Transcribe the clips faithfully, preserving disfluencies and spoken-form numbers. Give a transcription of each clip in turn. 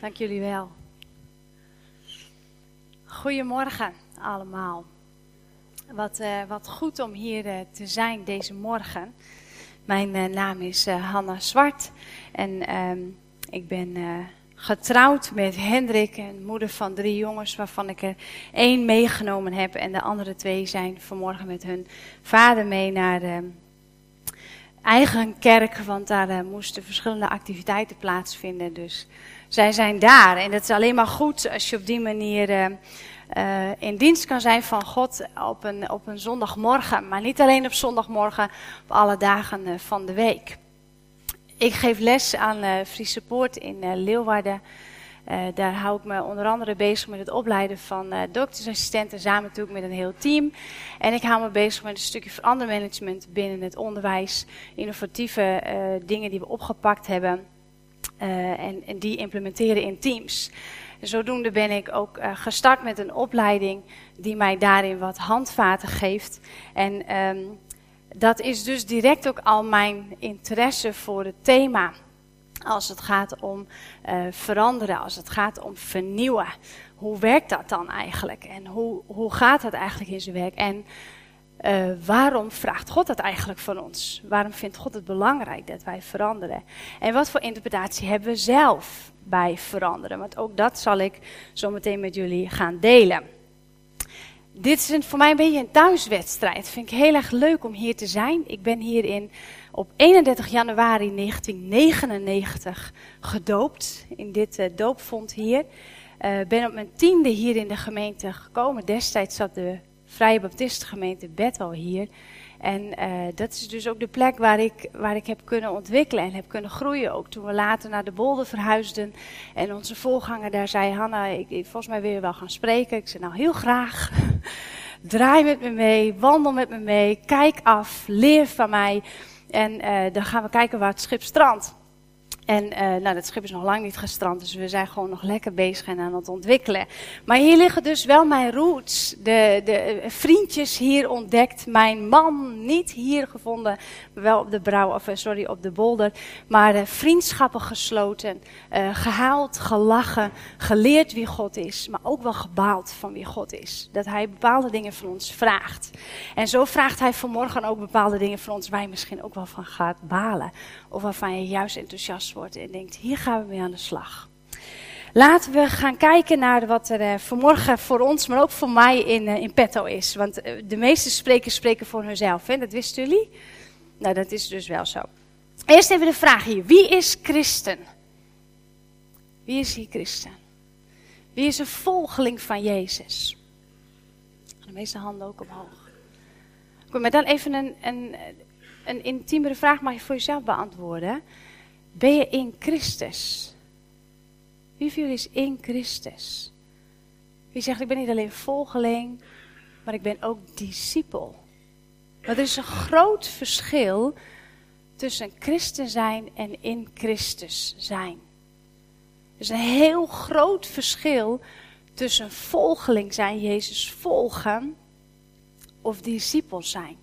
Dank jullie wel. Goedemorgen allemaal. Wat, uh, wat goed om hier uh, te zijn deze morgen. Mijn uh, naam is uh, Hanna Zwart en uh, ik ben uh, getrouwd met Hendrik, en moeder van drie jongens waarvan ik er één meegenomen heb. En de andere twee zijn vanmorgen met hun vader mee naar uh, eigen kerk, want daar uh, moesten verschillende activiteiten plaatsvinden. Dus zij zijn daar en het is alleen maar goed als je op die manier uh, uh, in dienst kan zijn van God op een, op een zondagmorgen. Maar niet alleen op zondagmorgen, op alle dagen uh, van de week. Ik geef les aan uh, Friese Poort in uh, Leeuwarden. Uh, daar hou ik me onder andere bezig met het opleiden van uh, doktersassistenten, samen natuurlijk met een heel team. En ik hou me bezig met een stukje verandermanagement binnen het onderwijs. Innovatieve uh, dingen die we opgepakt hebben. Uh, en, en die implementeren in teams. En zodoende ben ik ook uh, gestart met een opleiding die mij daarin wat handvaten geeft. En um, dat is dus direct ook al mijn interesse voor het thema. Als het gaat om uh, veranderen, als het gaat om vernieuwen. Hoe werkt dat dan eigenlijk? En hoe, hoe gaat dat eigenlijk in zijn werk? En Uh, waarom vraagt God dat eigenlijk van ons? Waarom vindt God het belangrijk dat wij veranderen? En wat voor interpretatie hebben we zelf bij veranderen? Want ook dat zal ik zo meteen met jullie gaan delen. Dit is een, voor mij een beetje een thuiswedstrijd. Vind ik heel erg leuk om hier te zijn. Ik ben hier in, op eenendertig januari negentien negenennegentig gedoopt. In dit uh, doopvond hier. Ik uh, ben op mijn tiende hier in de gemeente gekomen. Destijds zat de Vrije Baptistengemeente Bethel hier. En uh, dat is dus ook de plek waar ik, waar ik heb kunnen ontwikkelen en heb kunnen groeien. Ook toen we later naar de Bolder verhuisden. En onze voorganger daar zei, Hanna, ik, ik, volgens mij wil je wel gaan spreken. Ik zei, nou heel graag. Draai met me mee, wandel met me mee, kijk af, leer van mij. En uh, dan gaan we kijken waar het schip strandt. En uh, nou, dat schip is nog lang niet gestrand, dus we zijn gewoon nog lekker bezig en aan het ontwikkelen. Maar hier liggen dus wel mijn roots, de, de vriendjes hier ontdekt, mijn man niet hier gevonden, wel op de brouw, of sorry, op de Bolder, maar uh, vriendschappen gesloten, uh, gehaald, gelachen, geleerd wie God is, maar ook wel gebaald van wie God is. Dat hij bepaalde dingen van ons vraagt. En zo vraagt hij vanmorgen ook bepaalde dingen van ons waar je misschien ook wel van gaat balen, of waarvan je juist enthousiast wordt en denkt, hier gaan we mee aan de slag. Laten we gaan kijken naar wat er uh, vanmorgen voor ons, maar ook voor mij in, uh, in petto is. Want uh, de meeste sprekers spreken voor hunzelf, hè? Dat wisten jullie? Nou, dat is dus wel zo. Eerst even de vraag hier, wie is christen? Wie is hier christen? Wie is een volgeling van Jezus? De meeste handen ook omhoog. Goed, maar dan even een, een, een intiemere vraag mag je voor jezelf beantwoorden. Ben je in Christus? Wie van jullie is in Christus? Wie zegt, ik ben niet alleen volgeling, maar ik ben ook discipel. Maar er is een groot verschil tussen christen zijn en in Christus zijn. Er is een heel groot verschil tussen volgeling zijn, Jezus volgen, of discipel zijn.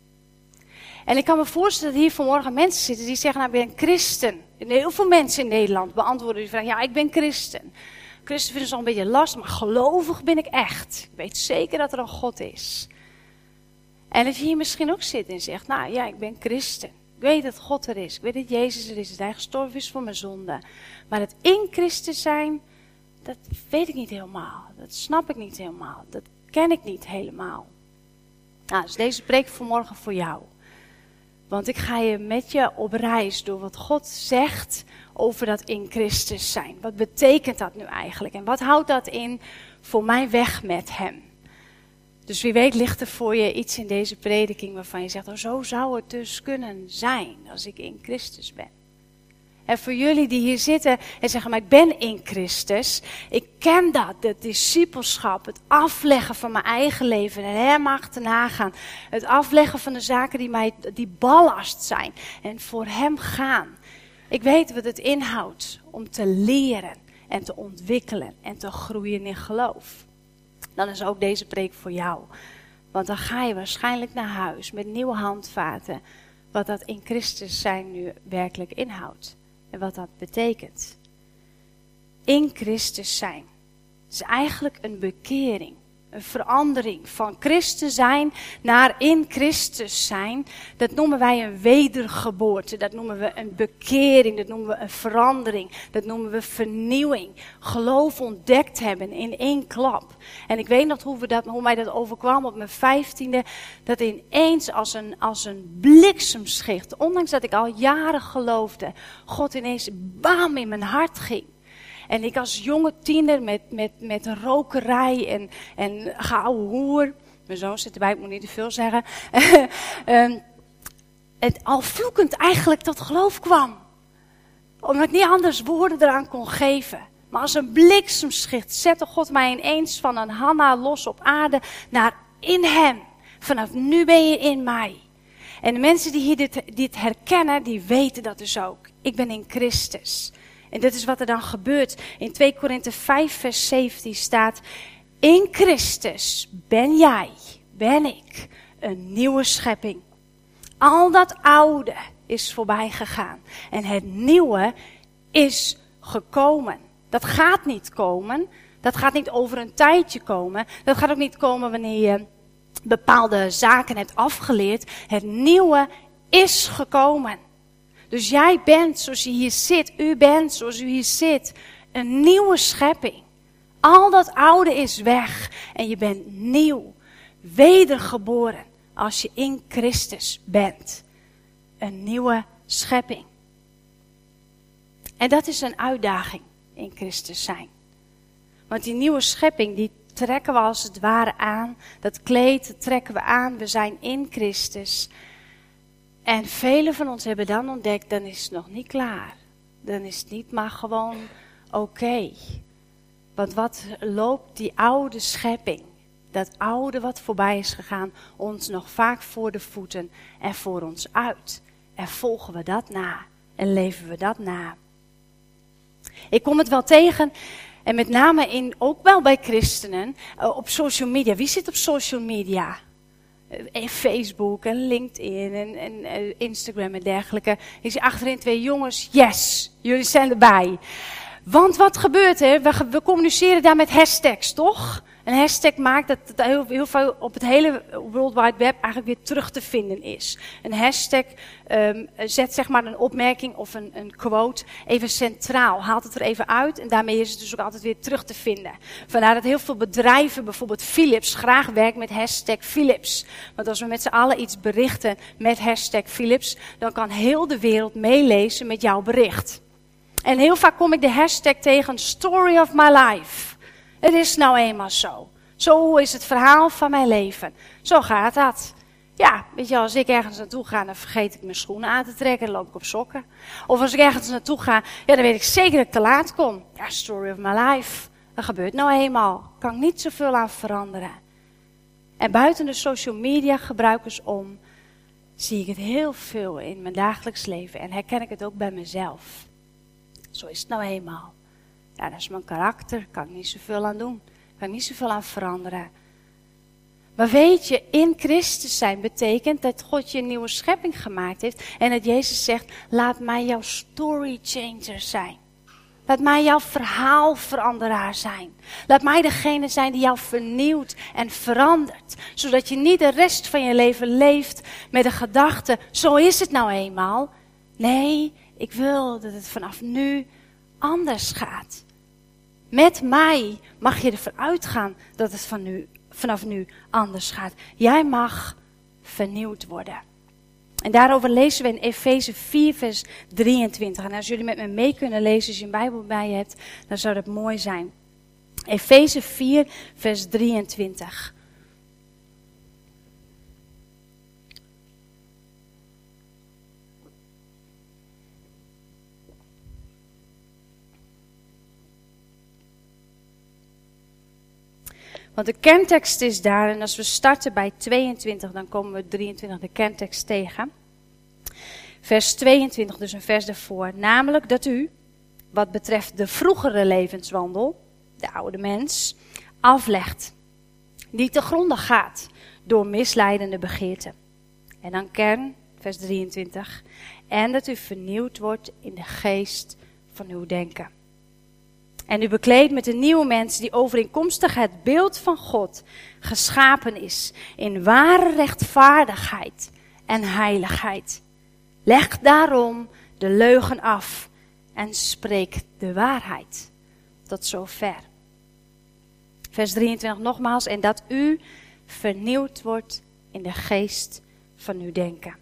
En ik kan me voorstellen dat hier vanmorgen mensen zitten die zeggen, nou ik ben christen. En heel veel mensen in Nederland beantwoorden die vraag, ja ik ben christen. Christen vinden ze al een beetje lastig, maar gelovig ben ik echt. Ik weet zeker dat er een God is. En dat je hier misschien ook zit en zegt, nou ja ik ben christen. Ik weet dat God er is, ik weet dat Jezus er is, dat hij gestorven is voor mijn zonde. Maar het in Christus zijn, dat weet ik niet helemaal. Dat snap ik niet helemaal. Dat ken ik niet helemaal. Nou, dus deze preek vanmorgen voor jou. Want ik ga je met je op reis door wat God zegt over dat in Christus zijn. Wat betekent dat nu eigenlijk? En wat houdt dat in voor mijn weg met hem? Dus wie weet ligt er voor je iets in deze prediking waarvan je zegt, oh zo zou het dus kunnen zijn als ik in Christus ben. En voor jullie die hier zitten en zeggen, maar ik ben in Christus. Ik ken dat, het discipelschap, het afleggen van mijn eigen leven en hem achterna gaan. Het afleggen van de zaken die mij, die ballast zijn en voor hem gaan. Ik weet wat het inhoudt om te leren en te ontwikkelen en te groeien in geloof. Dan is ook deze preek voor jou. Want dan ga je waarschijnlijk naar huis met nieuwe handvaten. Wat dat in Christus zijn nu werkelijk inhoudt. En wat dat betekent. in Christus zijn. Het is eigenlijk een bekering. Een verandering van christen zijn naar in Christus zijn. Dat noemen wij een wedergeboorte. Dat noemen we een bekering. Dat noemen we een verandering. Dat noemen we vernieuwing. Geloof ontdekt hebben in één klap. En ik weet nog hoe, we dat, hoe mij dat overkwam op mijn vijftiende. Dat ineens als een, als een bliksemschicht. Ondanks dat ik al jaren geloofde. God ineens bam in mijn hart ging. En ik als jonge tiener met, met, met een rokerij en, en gouden hoer. Mijn zoon zit erbij, ik moet niet te veel zeggen. um, het al vloekend eigenlijk tot geloof kwam. Omdat ik niet anders woorden eraan kon geven. Maar als een bliksemschicht zette God mij ineens van een Hanna los op aarde naar in hem. Vanaf nu ben je in mij. En de mensen die hier dit, dit herkennen, die weten dat dus ook. Ik ben in Christus. En dit is wat er dan gebeurt. In twee Korinthe vijf vers zeventien staat: in Christus ben jij, ben ik, een nieuwe schepping. Al dat oude is voorbij gegaan. En het nieuwe is gekomen. Dat gaat niet komen. Dat gaat niet over een tijdje komen. Dat gaat ook niet komen wanneer je bepaalde zaken hebt afgeleerd. Het nieuwe is gekomen. Dus jij bent zoals je hier zit, u bent zoals u hier zit, een nieuwe schepping. Al dat oude is weg en je bent nieuw, wedergeboren als je in Christus bent. Een nieuwe schepping. En dat is een uitdaging in Christus zijn. Want die nieuwe schepping, die trekken we als het ware aan. Dat kleed trekken we aan, we zijn in Christus. En velen van ons hebben dan ontdekt, dan is het nog niet klaar. Dan is het niet maar gewoon oké. Okay. Want wat loopt die oude schepping, dat oude wat voorbij is gegaan, ons nog vaak voor de voeten en voor ons uit. En volgen we dat na en leven we dat na. Ik kom het wel tegen, en met name in, ook wel bij christenen, uh, op social media. Wie zit op social media? En Facebook en LinkedIn en, en uh, Instagram en dergelijke. Ik zie achterin twee jongens. Yes, jullie zijn erbij. Want wat gebeurt er? We, we communiceren daar met hashtags, toch? Een hashtag maakt dat het heel, heel veel op het hele World Wide Web eigenlijk weer terug te vinden is. Een hashtag um, zet zeg maar een opmerking of een, een quote even centraal. Haalt het er even uit en daarmee is het dus ook altijd weer terug te vinden. Vandaar dat heel veel bedrijven, bijvoorbeeld Philips, graag werkt met hashtag Philips. Want als we met z'n allen iets berichten met hashtag Philips, dan kan heel de wereld meelezen met jouw bericht. En heel vaak kom ik de hashtag tegen story of my life. Het is nou eenmaal zo. Zo is het verhaal van mijn leven. Zo gaat dat. Ja, weet je, als ik ergens naartoe ga, dan vergeet ik mijn schoenen aan te trekken. Dan loop ik op sokken. Of als ik ergens naartoe ga, ja, dan weet ik zeker dat ik te laat kom. Ja, story of my life. Dat gebeurt nou eenmaal. Kan ik niet zoveel aan veranderen. En buiten de social media gebruikers om, zie ik het heel veel in mijn dagelijks leven. En herken ik het ook bij mezelf. Zo is het nou eenmaal. Ja, dat is mijn karakter. Kan ik niet zoveel aan doen. Kan ik niet zoveel aan veranderen. Maar weet je, in Christus zijn betekent dat God je een nieuwe schepping gemaakt heeft. En dat Jezus zegt, laat mij jouw story changer zijn. Laat mij jouw verhaalveranderaar zijn. Laat mij degene zijn die jou vernieuwt en verandert. Zodat je niet de rest van je leven leeft met de gedachte, zo is het nou eenmaal. Nee, ik wil dat het vanaf nu anders gaat. Met mij mag je ervan uitgaan dat het van nu, vanaf nu anders gaat. Jij mag vernieuwd worden. En daarover lezen we in Efeze vier vers drieëntwintig. En als jullie met me mee kunnen lezen, als je een Bijbel bij je hebt, dan zou dat mooi zijn. Efeze vier vers drieëntwintig. Want de kerntekst is daar, en als we starten bij tweeëntwintig, dan komen we drieëntwintig de kerntekst tegen. Vers tweeëntwintig, dus een vers daarvoor. Namelijk dat u, wat betreft de vroegere levenswandel, de oude mens, aflegt. Die te gronde gaat door misleidende begeerten. En dan kern, vers drieëntwintig. En dat u vernieuwd wordt in de geest van uw denken. En u bekleedt met een nieuwe mens die overeenkomstig het beeld van God geschapen is. In ware rechtvaardigheid en heiligheid. Leg daarom de leugen af en spreek de waarheid. Tot zover. Vers drieëntwintig nogmaals. En dat u vernieuwd wordt in de geest van uw denken.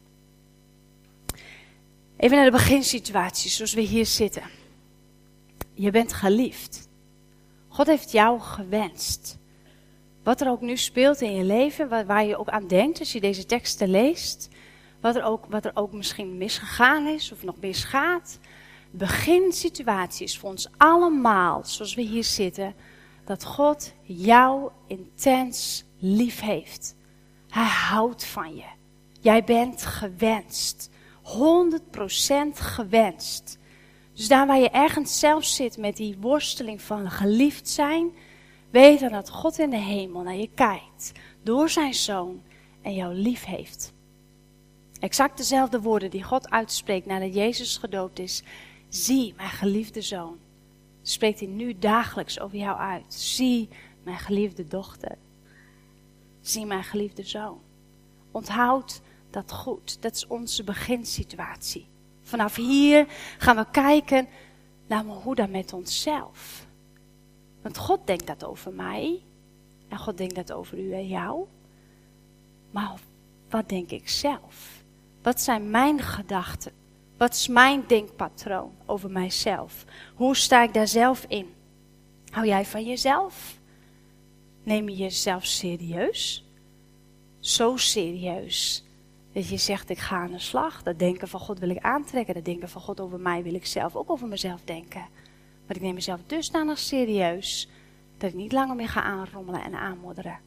Even naar de beginsituatie zoals we hier zitten. Je bent geliefd. God heeft jou gewenst. Wat er ook nu speelt in je leven, waar, waar je ook aan denkt als je deze teksten leest. Wat er, ook, wat er ook misschien misgegaan is of nog misgaat. Beginsituatie is voor ons allemaal, zoals we hier zitten, dat God jou intens lief heeft. Hij houdt van je. Jij bent gewenst. honderd procent gewenst. Dus daar waar je ergens zelf zit met die worsteling van geliefd zijn, weet dan dat God in de hemel naar je kijkt, door zijn zoon en jou lief heeft. Exact dezelfde woorden die God uitspreekt nadat Jezus gedoopt is. Zie mijn geliefde zoon. Spreekt hij nu dagelijks over jou uit. Zie mijn geliefde dochter. Zie mijn geliefde zoon. Onthoud dat goed. Dat is onze beginsituatie. Vanaf hier gaan we kijken naar hoe dan met onszelf. Want God denkt dat over mij. En God denkt dat over u en jou. Maar wat denk ik zelf? Wat zijn mijn gedachten? Wat is mijn denkpatroon over mijzelf? Hoe sta ik daar zelf in? Hou jij van jezelf? Neem je jezelf serieus? Zo serieus dat je zegt, ik ga aan de slag. Dat denken van God wil ik aantrekken. Dat denken van God over mij wil ik zelf ook over mezelf denken. Maar ik neem mezelf dusdanig serieus dat ik niet langer meer ga aanrommelen en aanmodderen.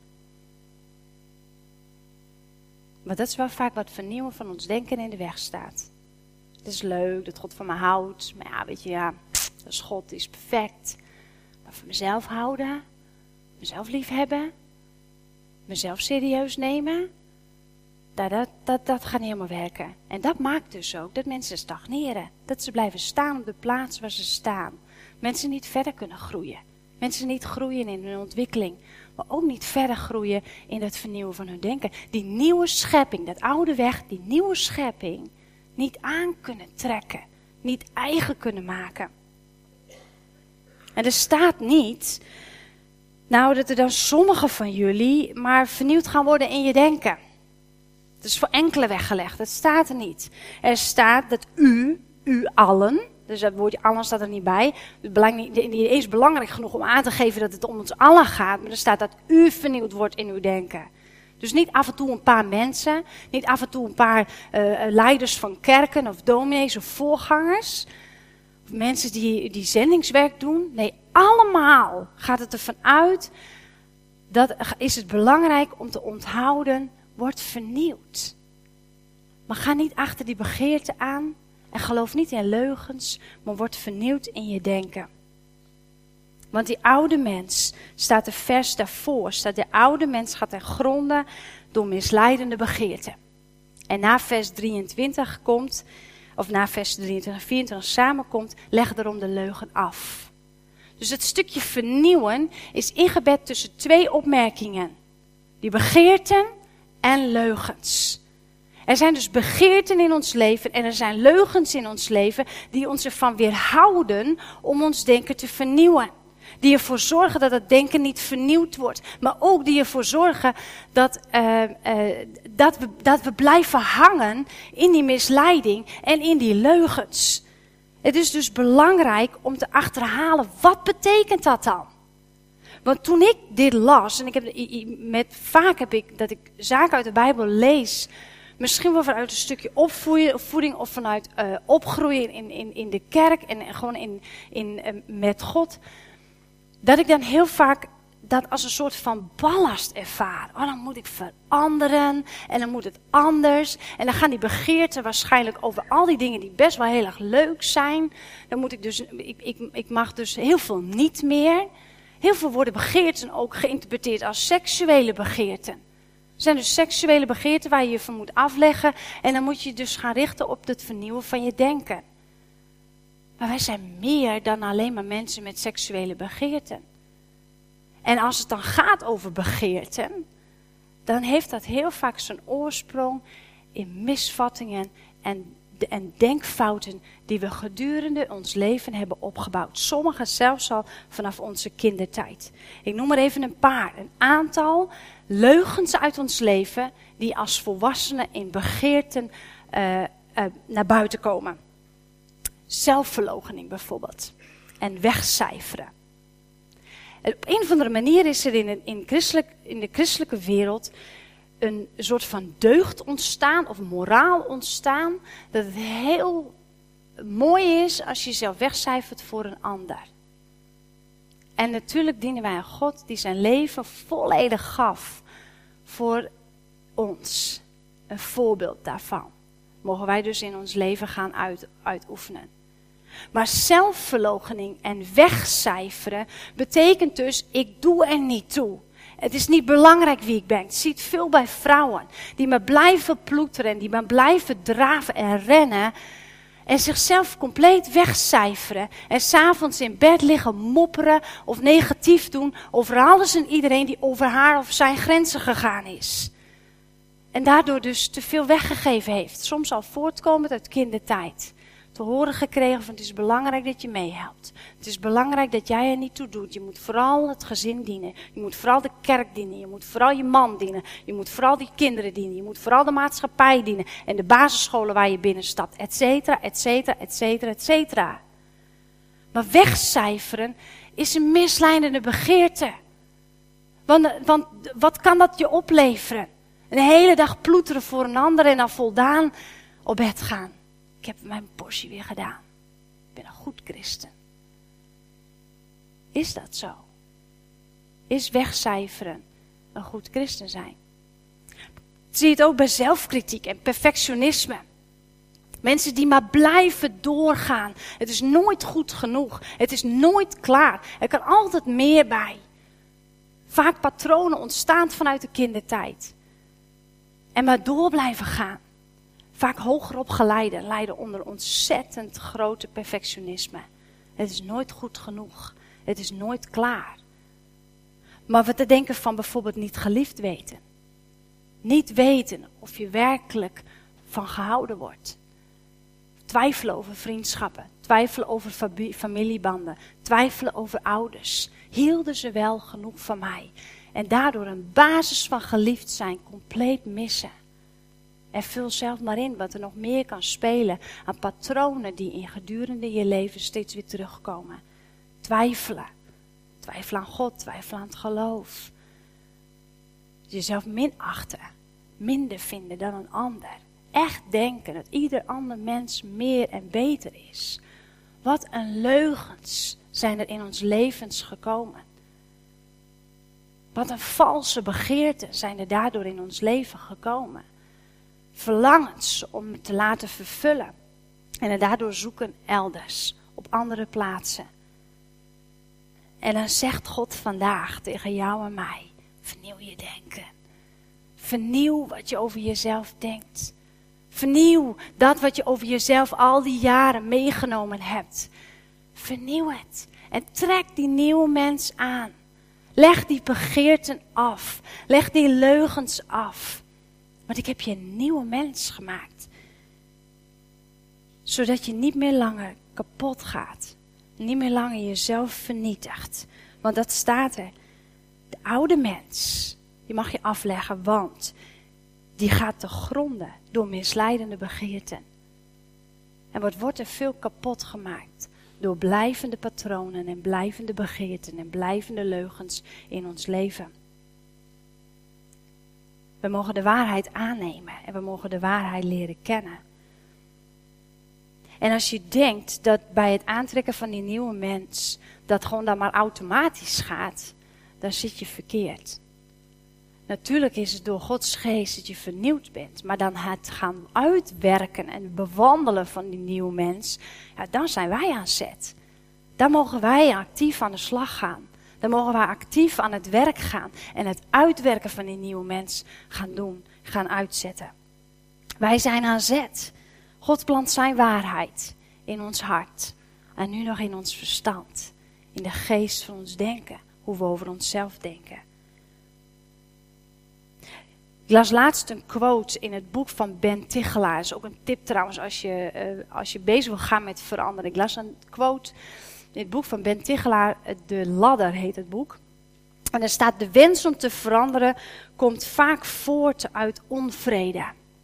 Maar dat is wel vaak wat vernieuwen van ons denken in de weg staat. Het is leuk dat God van me houdt. Maar ja, weet je, ja, dat is God, die is perfect. Maar van mezelf houden, mezelf lief hebben, mezelf serieus nemen, dat, dat, dat, dat gaat niet helemaal werken. En dat maakt dus ook dat mensen stagneren. Dat ze blijven staan op de plaats waar ze staan. Mensen niet verder kunnen groeien. Mensen niet groeien in hun ontwikkeling. Maar ook niet verder groeien in het vernieuwen van hun denken. Die nieuwe schepping, dat oude weg, die nieuwe schepping niet aan kunnen trekken. Niet eigen kunnen maken. En er staat niet, nou dat er dan sommigen van jullie maar vernieuwd gaan worden in je denken. Dat is voor enkele weggelegd, dat staat er niet. Er staat dat u, u allen, dus dat woordje allen staat er niet bij. Het is niet eens belangrijk genoeg om aan te geven dat het om ons allen gaat. Maar er staat dat u vernieuwd wordt in uw denken. Dus niet af en toe een paar mensen. Niet af en toe een paar uh, leiders van kerken of dominees of voorgangers. Of mensen die, die zendingswerk doen. Nee, allemaal gaat het ervan uit. Dat is het belangrijk om te onthouden. Wordt vernieuwd. Maar ga niet achter die begeerte aan. En geloof niet in leugens, maar word vernieuwd in je denken. Want die oude mens, staat er vers daarvoor, staat de oude mens gaat ten gronde door misleidende begeerten. En na vers drieëntwintig komt, of na vers drieëntwintig en vierentwintig samenkomt, leg erom de leugen af. Dus het stukje vernieuwen is ingebed tussen twee opmerkingen. Die begeerten en leugens. Er zijn dus begeerten in ons leven en er zijn leugens in ons leven die ons ervan weerhouden om ons denken te vernieuwen. Die ervoor zorgen dat het denken niet vernieuwd wordt. Maar ook die ervoor zorgen dat, uh, uh, dat, we, dat we blijven hangen in die misleiding en in die leugens. Het is dus belangrijk om te achterhalen, wat betekent dat dan? Want toen ik dit las, en ik heb met, vaak heb ik dat ik zaken uit de Bijbel lees, misschien wel vanuit een stukje opvoeding of vanuit uh, opgroeien in, in, in de kerk en, en gewoon in, in, uh, met God. Dat ik dan heel vaak dat als een soort van ballast ervaar. Oh, dan moet ik veranderen en dan moet het anders. En dan gaan die begeerten waarschijnlijk over al die dingen die best wel heel erg leuk zijn. Dan moet ik dus, ik, ik, ik mag dus heel veel niet meer. Heel veel worden begeerten ook geïnterpreteerd als seksuele begeerten. Er zijn dus seksuele begeerten waar je je van moet afleggen. En dan moet je dus gaan richten op het vernieuwen van je denken. Maar wij zijn meer dan alleen maar mensen met seksuele begeerten. En als het dan gaat over begeerten, dan heeft dat heel vaak zijn oorsprong in misvattingen en, en denkfouten die we gedurende ons leven hebben opgebouwd. Sommige zelfs al vanaf onze kindertijd. Ik noem er even een paar. Een aantal leugens uit ons leven die als volwassenen in begeerten uh, uh, naar buiten komen. Zelfverloochening bijvoorbeeld. En wegcijferen. En op een of andere manier is er in, een, in, christelijk, in de christelijke wereld een soort van deugd ontstaan of moraal ontstaan. Dat het heel mooi is als je jezelf wegcijfert voor een ander. En natuurlijk dienen wij een God die zijn leven volledig gaf voor ons. Een voorbeeld daarvan. Mogen wij dus in ons leven gaan uit, uitoefenen. Maar zelfverloochening en wegcijferen betekent dus, ik doe er niet toe. Het is niet belangrijk wie ik ben. Ik zie het veel bij vrouwen die maar blijven ploeteren, die maar blijven draven en rennen. En zichzelf compleet wegcijferen. En 's avonds in bed liggen mopperen of negatief doen over alles en iedereen die over haar of zijn grenzen gegaan is. En daardoor dus te veel weggegeven heeft. Soms al voortkomend uit kindertijd. Te horen gekregen van het is belangrijk dat je meehelpt. Het is belangrijk dat jij er niet toe doet. Je moet vooral het gezin dienen. Je moet vooral de kerk dienen. Je moet vooral je man dienen. Je moet vooral die kinderen dienen. Je moet vooral de maatschappij dienen. En de basisscholen waar je binnenstapt. Et cetera, et cetera, et cetera, et cetera. Maar wegcijferen is een misleidende begeerte. Want, want wat kan dat je opleveren? Een hele dag ploeteren voor een ander en dan voldaan op bed gaan. Ik heb mijn portie weer gedaan. Ik ben een goed christen. Is dat zo? Is wegcijferen een goed christen zijn? Zie je het ook bij zelfkritiek en perfectionisme. Mensen die maar blijven doorgaan. Het is nooit goed genoeg. Het is nooit klaar. Er kan altijd meer bij. Vaak patronen ontstaan vanuit de kindertijd. En maar door blijven gaan. Vaak hoger opgeleiden lijden onder ontzettend grote perfectionisme. Het is nooit goed genoeg. Het is nooit klaar. Maar we te denken van bijvoorbeeld niet geliefd weten. Niet weten of je werkelijk van gehouden wordt. Twijfelen over vriendschappen. Twijfelen over familiebanden. Twijfelen over ouders. Hielden ze wel genoeg van mij? En daardoor een basis van geliefd zijn compleet missen. En vul zelf maar in wat er nog meer kan spelen aan patronen die in gedurende je leven steeds weer terugkomen. Twijfelen. Twijfelen aan God, twijfelen aan het geloof. Jezelf minachten. Minder vinden dan een ander. Echt denken dat ieder ander mens meer en beter is. Wat een leugens zijn er in ons levens gekomen. Wat een valse begeerten zijn er daardoor in ons leven gekomen. Verlangens om het te laten vervullen. En het daardoor zoeken elders, op andere plaatsen. En dan zegt God vandaag tegen jou en mij, vernieuw je denken. Vernieuw wat je over jezelf denkt. Vernieuw dat wat je over jezelf al die jaren meegenomen hebt. Vernieuw het. En trek die nieuwe mens aan. Leg die begeerten af. Leg die leugens af. Want ik heb je een nieuwe mens gemaakt. Zodat je niet meer langer kapot gaat. Niet meer langer jezelf vernietigt. Want dat staat er. De oude mens, die mag je afleggen, want die gaat te gronden door misleidende begeerten. En wat wordt er veel kapot gemaakt door blijvende patronen en blijvende begeerten en blijvende leugens in ons leven. We mogen de waarheid aannemen en we mogen de waarheid leren kennen. En als je denkt dat bij het aantrekken van die nieuwe mens, dat gewoon dan maar automatisch gaat, dan zit je verkeerd. Natuurlijk is het door Gods geest dat je vernieuwd bent, maar dan het gaan uitwerken en bewandelen van die nieuwe mens, ja, dan zijn wij aan zet. Dan mogen wij actief aan de slag gaan. Dan mogen wij actief aan het werk gaan en het uitwerken van die nieuwe mens gaan doen, gaan uitzetten. Wij zijn aan zet. God plant zijn waarheid in ons hart. En nu nog in ons verstand. In de geest van ons denken. Hoe we over onszelf denken. Ik las laatst een quote in het boek van Ben Tichelaar. Dat is ook een tip trouwens als je, uh, als je bezig wil gaan met veranderen. Ik las een quote in het boek van Ben Tichelaar. De Ladder heet het boek. En er staat: de wens om te veranderen komt vaak voort uit onvrede.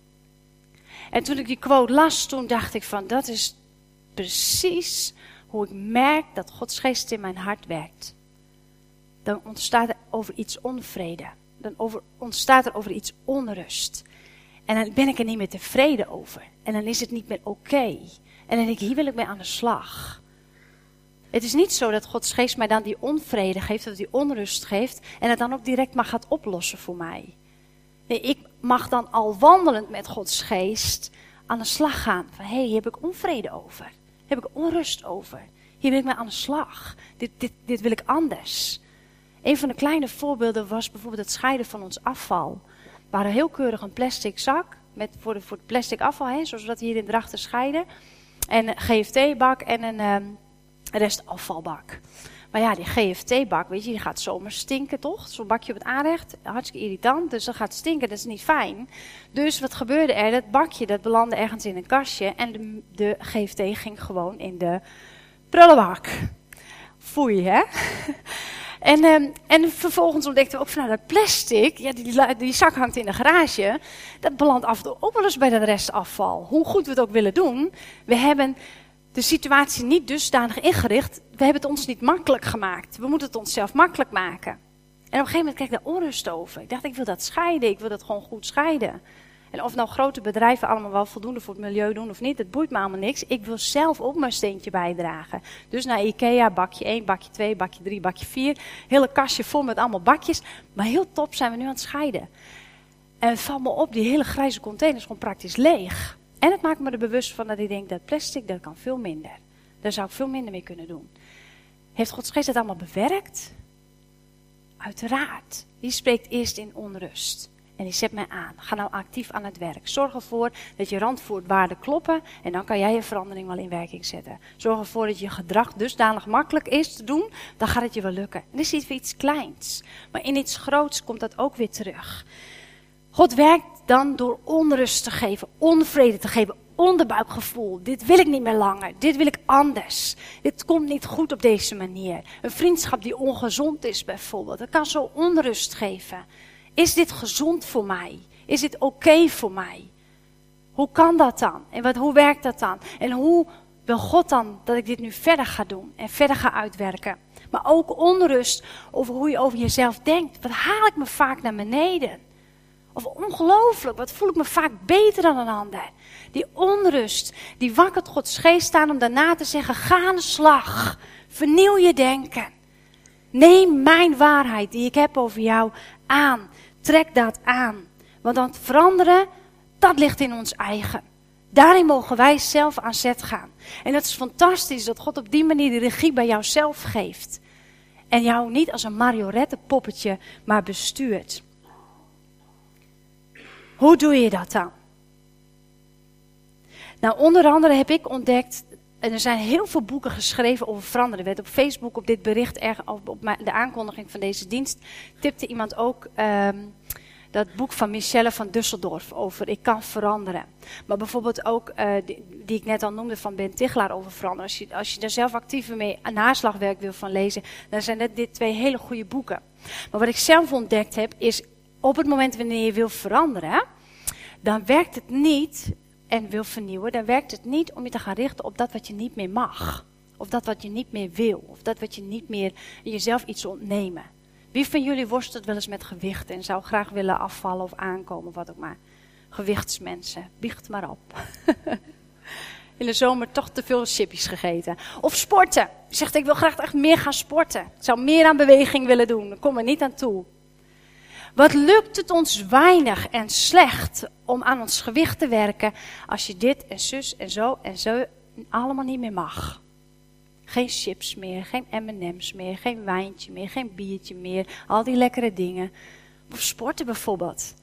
En toen ik die quote las, toen dacht ik van, dat is precies hoe ik merk dat Gods geest in mijn hart werkt. Dan ontstaat er over iets onvrede. Dan over, ontstaat er over iets onrust. En dan ben ik er niet meer tevreden over. En dan is het niet meer oké. Okay. En dan denk ik, hier wil ik mee aan de slag. Het is niet zo dat Gods geest mij dan die onvrede geeft, of die onrust geeft, en het dan ook direct maar gaat oplossen voor mij. Nee, ik mag dan al wandelend met Gods geest aan de slag gaan. Van, hé, hey, hier heb ik onvrede over. Hier heb ik onrust over. Hier wil ik mee aan de slag. Dit, dit, dit wil ik anders. Een van de kleine voorbeelden was bijvoorbeeld het scheiden van ons afval. We hadden heel keurig een plastic zak met, voor, de, voor het plastic afval, hè, zoals we dat hier in Drachten scheiden. En een G F T-bak en een um, restafvalbak. Maar ja, die G F T-bak, weet je, die gaat zomaar stinken, toch? Zo'n bakje op het aanrecht, hartstikke irritant. Dus dat gaat stinken, dat is niet fijn. Dus wat gebeurde er? Dat bakje, dat belandde ergens in een kastje. En de, de G F T ging gewoon in de prullenbak. Foei, hè? En, um, en vervolgens ontdekten we ook van, nou, dat plastic, ja, die, die zak hangt in de garage. Dat belandt af en toe ook wel eens bij dat restafval. Hoe goed we het ook willen doen, we hebben de situatie niet dusdanig ingericht. We hebben het ons niet makkelijk gemaakt. We moeten het onszelf makkelijk maken. En op een gegeven moment kreeg ik daar onrust over. Ik dacht, ik wil dat scheiden. Ik wil dat gewoon goed scheiden. En of nou grote bedrijven allemaal wel voldoende voor het milieu doen of niet, dat boeit me allemaal niks. Ik wil zelf ook mijn steentje bijdragen. Dus naar Ikea, bakje één, bakje twee, bakje drie, bakje vier. Hele kastje vol met allemaal bakjes. Maar heel top zijn we nu aan het scheiden. En het valt me op, die hele grijze container is gewoon praktisch leeg. En het maakt me er bewust van dat ik denk, dat plastic, dat kan veel minder. Daar zou ik veel minder mee kunnen doen. Heeft Gods geest dat allemaal bewerkt? Uiteraard. Die spreekt eerst in onrust. En die zet mij aan. Ga nou actief aan het werk. Zorg ervoor dat je randvoorwaarden kloppen. En dan kan jij je verandering wel in werking zetten. Zorg ervoor dat je gedrag dusdanig makkelijk is te doen. Dan gaat het je wel lukken. En dit is iets, iets kleins. Maar in iets groots komt dat ook weer terug. God werkt dan door onrust te geven. Onvrede te geven. Onderbuikgevoel. Dit wil ik niet meer langer. Dit wil ik anders. Dit komt niet goed op deze manier. Een vriendschap die ongezond is bijvoorbeeld. Dat kan zo onrust geven. Is dit gezond voor mij? Is dit oké okay voor mij? Hoe kan dat dan? En wat, hoe werkt dat dan? En hoe wil God dan dat ik dit nu verder ga doen? En verder ga uitwerken? Maar ook onrust over hoe je over jezelf denkt. Wat haal ik me vaak naar beneden? Of ongelooflijk, wat voel ik me vaak beter dan een ander? Die onrust, die wakkert Gods geest aan om daarna te zeggen, ga aan de slag. Vernieuw je denken. Neem mijn waarheid die ik heb over jou aan. Trek dat aan. Want dan veranderen, dat ligt in ons eigen. Daarin mogen wij zelf aan zet gaan. En dat is fantastisch dat God op die manier de regie bij jouzelf geeft. En jou niet als een marionettenpoppetje maar bestuurt. Hoe doe je dat dan? Nou, onder andere heb ik ontdekt, en er zijn heel veel boeken geschreven over veranderen. Er werd op Facebook op dit bericht, op de aankondiging van deze dienst, tipte iemand ook um, dat boek van Michelle van Düsseldorf over ik kan veranderen. Maar bijvoorbeeld ook, uh, die, die ik net al noemde van Ben Tichelaar over veranderen. Als je, als je daar zelf actiever mee aan naslagwerk wil van lezen, dan zijn dat dit twee hele goede boeken. Maar wat ik zelf ontdekt heb, is op het moment wanneer je wil veranderen, dan werkt het niet, en wil vernieuwen, dan werkt het niet om je te gaan richten op dat wat je niet meer mag. Of dat wat je niet meer wil. Of dat wat je niet meer jezelf iets ontnemen. Wie van jullie worstelt wel eens met gewicht en zou graag willen afvallen of aankomen, wat ook maar. Gewichtsmensen, biecht maar op. In de zomer toch te veel chippies gegeten. Of sporten. Je zegt, ik wil graag echt meer gaan sporten. Ik zou meer aan beweging willen doen. Daar kom er niet aan toe. Wat lukt het ons weinig en slecht om aan ons gewicht te werken als je dit en zus en zo en zo allemaal niet meer mag. Geen chips meer, geen M en M's meer, geen wijntje meer, geen biertje meer, al die lekkere dingen. Of sporten bijvoorbeeld. Ja,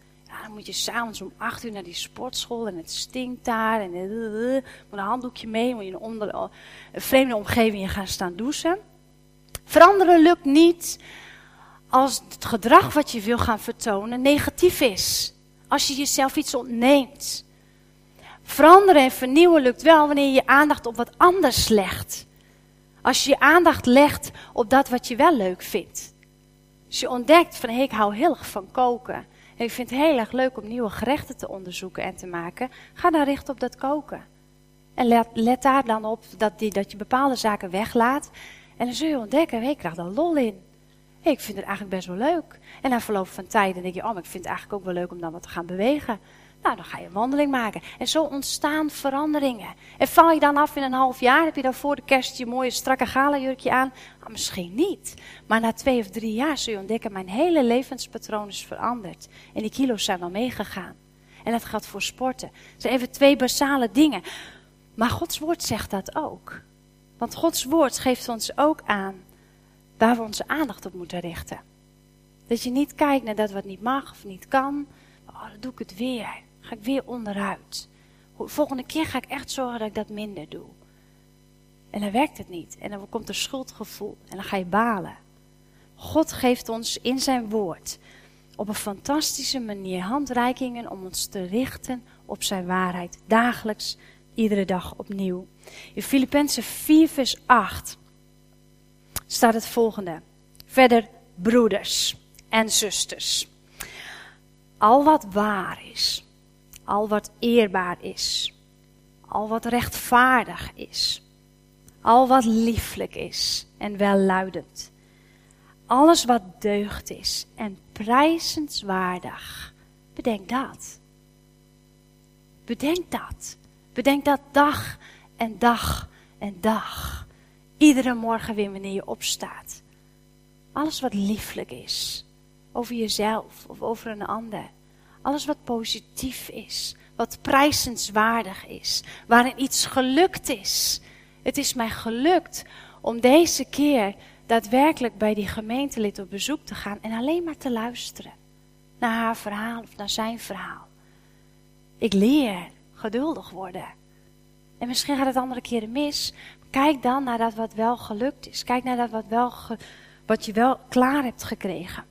dan moet je s'avonds om acht uur naar die sportschool en het stinkt daar. En uh, uh, moet een handdoekje mee, moet je in een, onder, uh, een vreemde omgeving gaan staan douchen. Veranderen lukt niet als het gedrag wat je wil gaan vertonen negatief is. Als je jezelf iets ontneemt. Veranderen en vernieuwen lukt wel wanneer je je aandacht op wat anders legt. Als je je aandacht legt op dat wat je wel leuk vindt. Als je ontdekt van hey, ik hou heel erg van koken. En ik vind het heel erg leuk om nieuwe gerechten te onderzoeken en te maken. Ga dan richten op dat koken. En let, let daar dan op dat, die, dat je bepaalde zaken weglaat. En dan zul je ontdekken, hey, ik krijg daar lol in. Hey, ik vind het eigenlijk best wel leuk. En na verloop van tijd dan denk je, oh, maar ik vind het eigenlijk ook wel leuk om dan wat te gaan bewegen. Nou, dan ga je een wandeling maken. En zo ontstaan veranderingen. En val je dan af in een half jaar? Heb je dan voor de kerst je mooie strakke galajurkje aan? Nou, misschien niet. Maar na twee of drie jaar zul je ontdekken, mijn hele levenspatroon is veranderd. En die kilo's zijn wel meegegaan. En dat gaat voor sporten. Dat zijn even twee basale dingen. Maar Gods woord zegt dat ook. Want Gods woord geeft ons ook aan waar we onze aandacht op moeten richten. Dat je niet kijkt naar dat wat niet mag of niet kan. Oh, dan doe ik het weer. Ga ik weer onderuit. Volgende keer ga ik echt zorgen dat ik dat minder doe. En dan werkt het niet. En dan komt er schuldgevoel. En dan ga je balen. God geeft ons in zijn woord op een fantastische manier handreikingen om ons te richten op zijn waarheid. Dagelijks, iedere dag opnieuw. In Filippenzen vier vers acht staat het volgende. Verder, broeders en zusters. Al wat waar is, al wat eerbaar is, al wat rechtvaardig is, al wat lieflijk is en welluidend, alles wat deugd is en prijzenswaardig, bedenk dat. Bedenk dat. Bedenk dat dag en dag en dag. Iedere morgen weer wanneer je opstaat. Alles wat lieflijk is. Over jezelf of over een ander. Alles wat positief is. Wat prijzenswaardig is. Waarin iets gelukt is. Het is mij gelukt om deze keer daadwerkelijk bij die gemeentelid op bezoek te gaan. En alleen maar te luisteren. Naar haar verhaal of naar zijn verhaal. Ik leer geduldig worden. En misschien gaat het andere keren mis. Kijk dan naar dat wat wel gelukt is. Kijk naar dat wat, wel ge, wat je wel klaar hebt gekregen.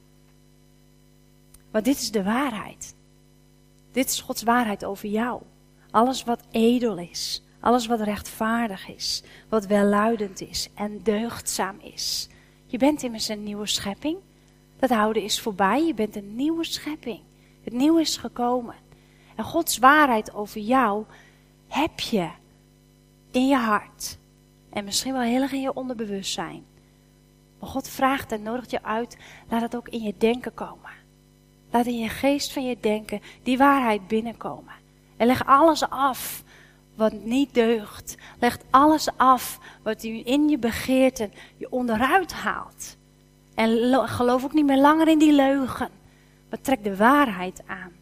Want dit is de waarheid. Dit is Gods waarheid over jou. Alles wat edel is. Alles wat rechtvaardig is. Wat welluidend is. En deugdzaam is. Je bent immers een nieuwe schepping. Dat oude is voorbij. Je bent een nieuwe schepping. Het nieuwe is gekomen. En Gods waarheid over jou heb je in je hart. En misschien wel heel erg in je onderbewustzijn. Maar God vraagt en nodigt je uit. Laat het ook in je denken komen. Laat in je geest van je denken die waarheid binnenkomen. En leg alles af wat niet deugt. Leg alles af wat u in je begeerten je onderuit haalt. En lo- geloof ook niet meer langer in die leugen. Maar trek de waarheid aan.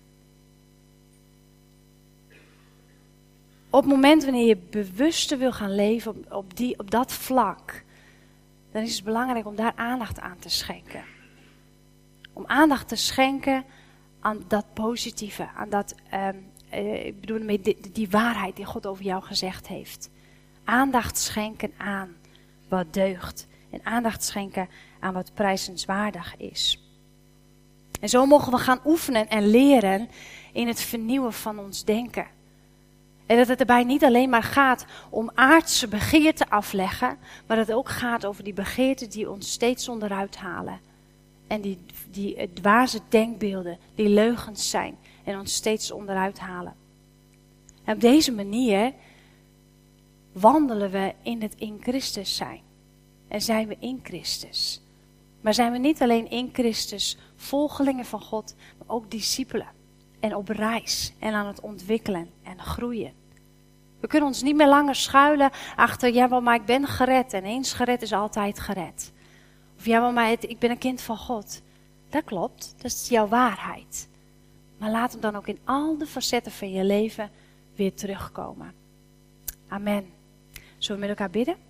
Op het moment wanneer je bewuster wil gaan leven op, op, die, op dat vlak, dan is het belangrijk om daar aandacht aan te schenken. Om aandacht te schenken aan dat positieve, aan dat, um, uh, ik bedoel met die, die waarheid die God over jou gezegd heeft. Aandacht schenken aan wat deugt en aandacht schenken aan wat prijzenswaardig is. En zo mogen we gaan oefenen en leren in het vernieuwen van ons denken. En dat het erbij niet alleen maar gaat om aardse begeerten afleggen, maar dat het ook gaat over die begeerten die ons steeds onderuit halen. En die, die dwaze denkbeelden, die leugens zijn en ons steeds onderuit halen. En op deze manier wandelen we in het in Christus zijn. En zijn we in Christus. Maar zijn we niet alleen in Christus volgelingen van God, maar ook discipelen. En op reis en aan het ontwikkelen en groeien. We kunnen ons niet meer langer schuilen achter, ja maar ik ben gered. En eens gered is altijd gered. Of ja maar het, ik ben een kind van God. Dat klopt, dat is jouw waarheid. Maar laat hem dan ook in al de facetten van je leven weer terugkomen. Amen. Zullen we met elkaar bidden?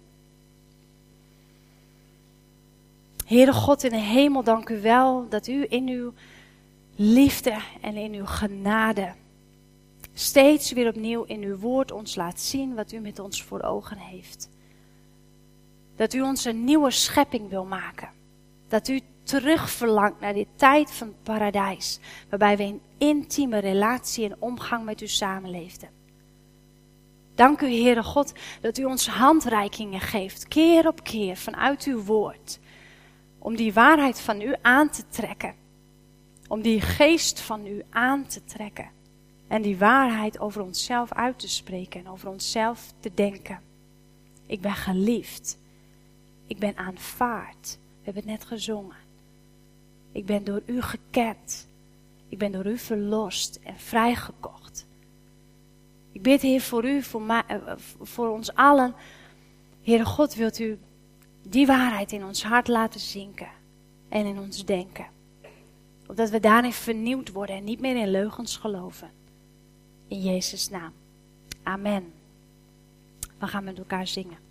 Heere God in de hemel, dank u wel dat u in uw liefde en in uw genade steeds weer opnieuw in uw woord ons laat zien wat u met ons voor ogen heeft. Dat u ons een nieuwe schepping wil maken. Dat u terug verlangt naar die tijd van het paradijs, waarbij we in intieme relatie en omgang met u samenleefden. Dank u, Heere God, dat u ons handreikingen geeft, keer op keer, vanuit uw woord. Om die waarheid van u aan te trekken. Om die geest van u aan te trekken. En die waarheid over onszelf uit te spreken en over onszelf te denken. Ik ben geliefd. Ik ben aanvaard. We hebben het net gezongen. Ik ben door u gekend. Ik ben door u verlost en vrijgekocht. Ik bid, Heer, voor u, voor, mij, voor ons allen. Heere God, wilt u die waarheid in ons hart laten zinken en in ons denken. Opdat we daarin vernieuwd worden en niet meer in leugens geloven. In Jezus' naam. Amen. We gaan met elkaar zingen.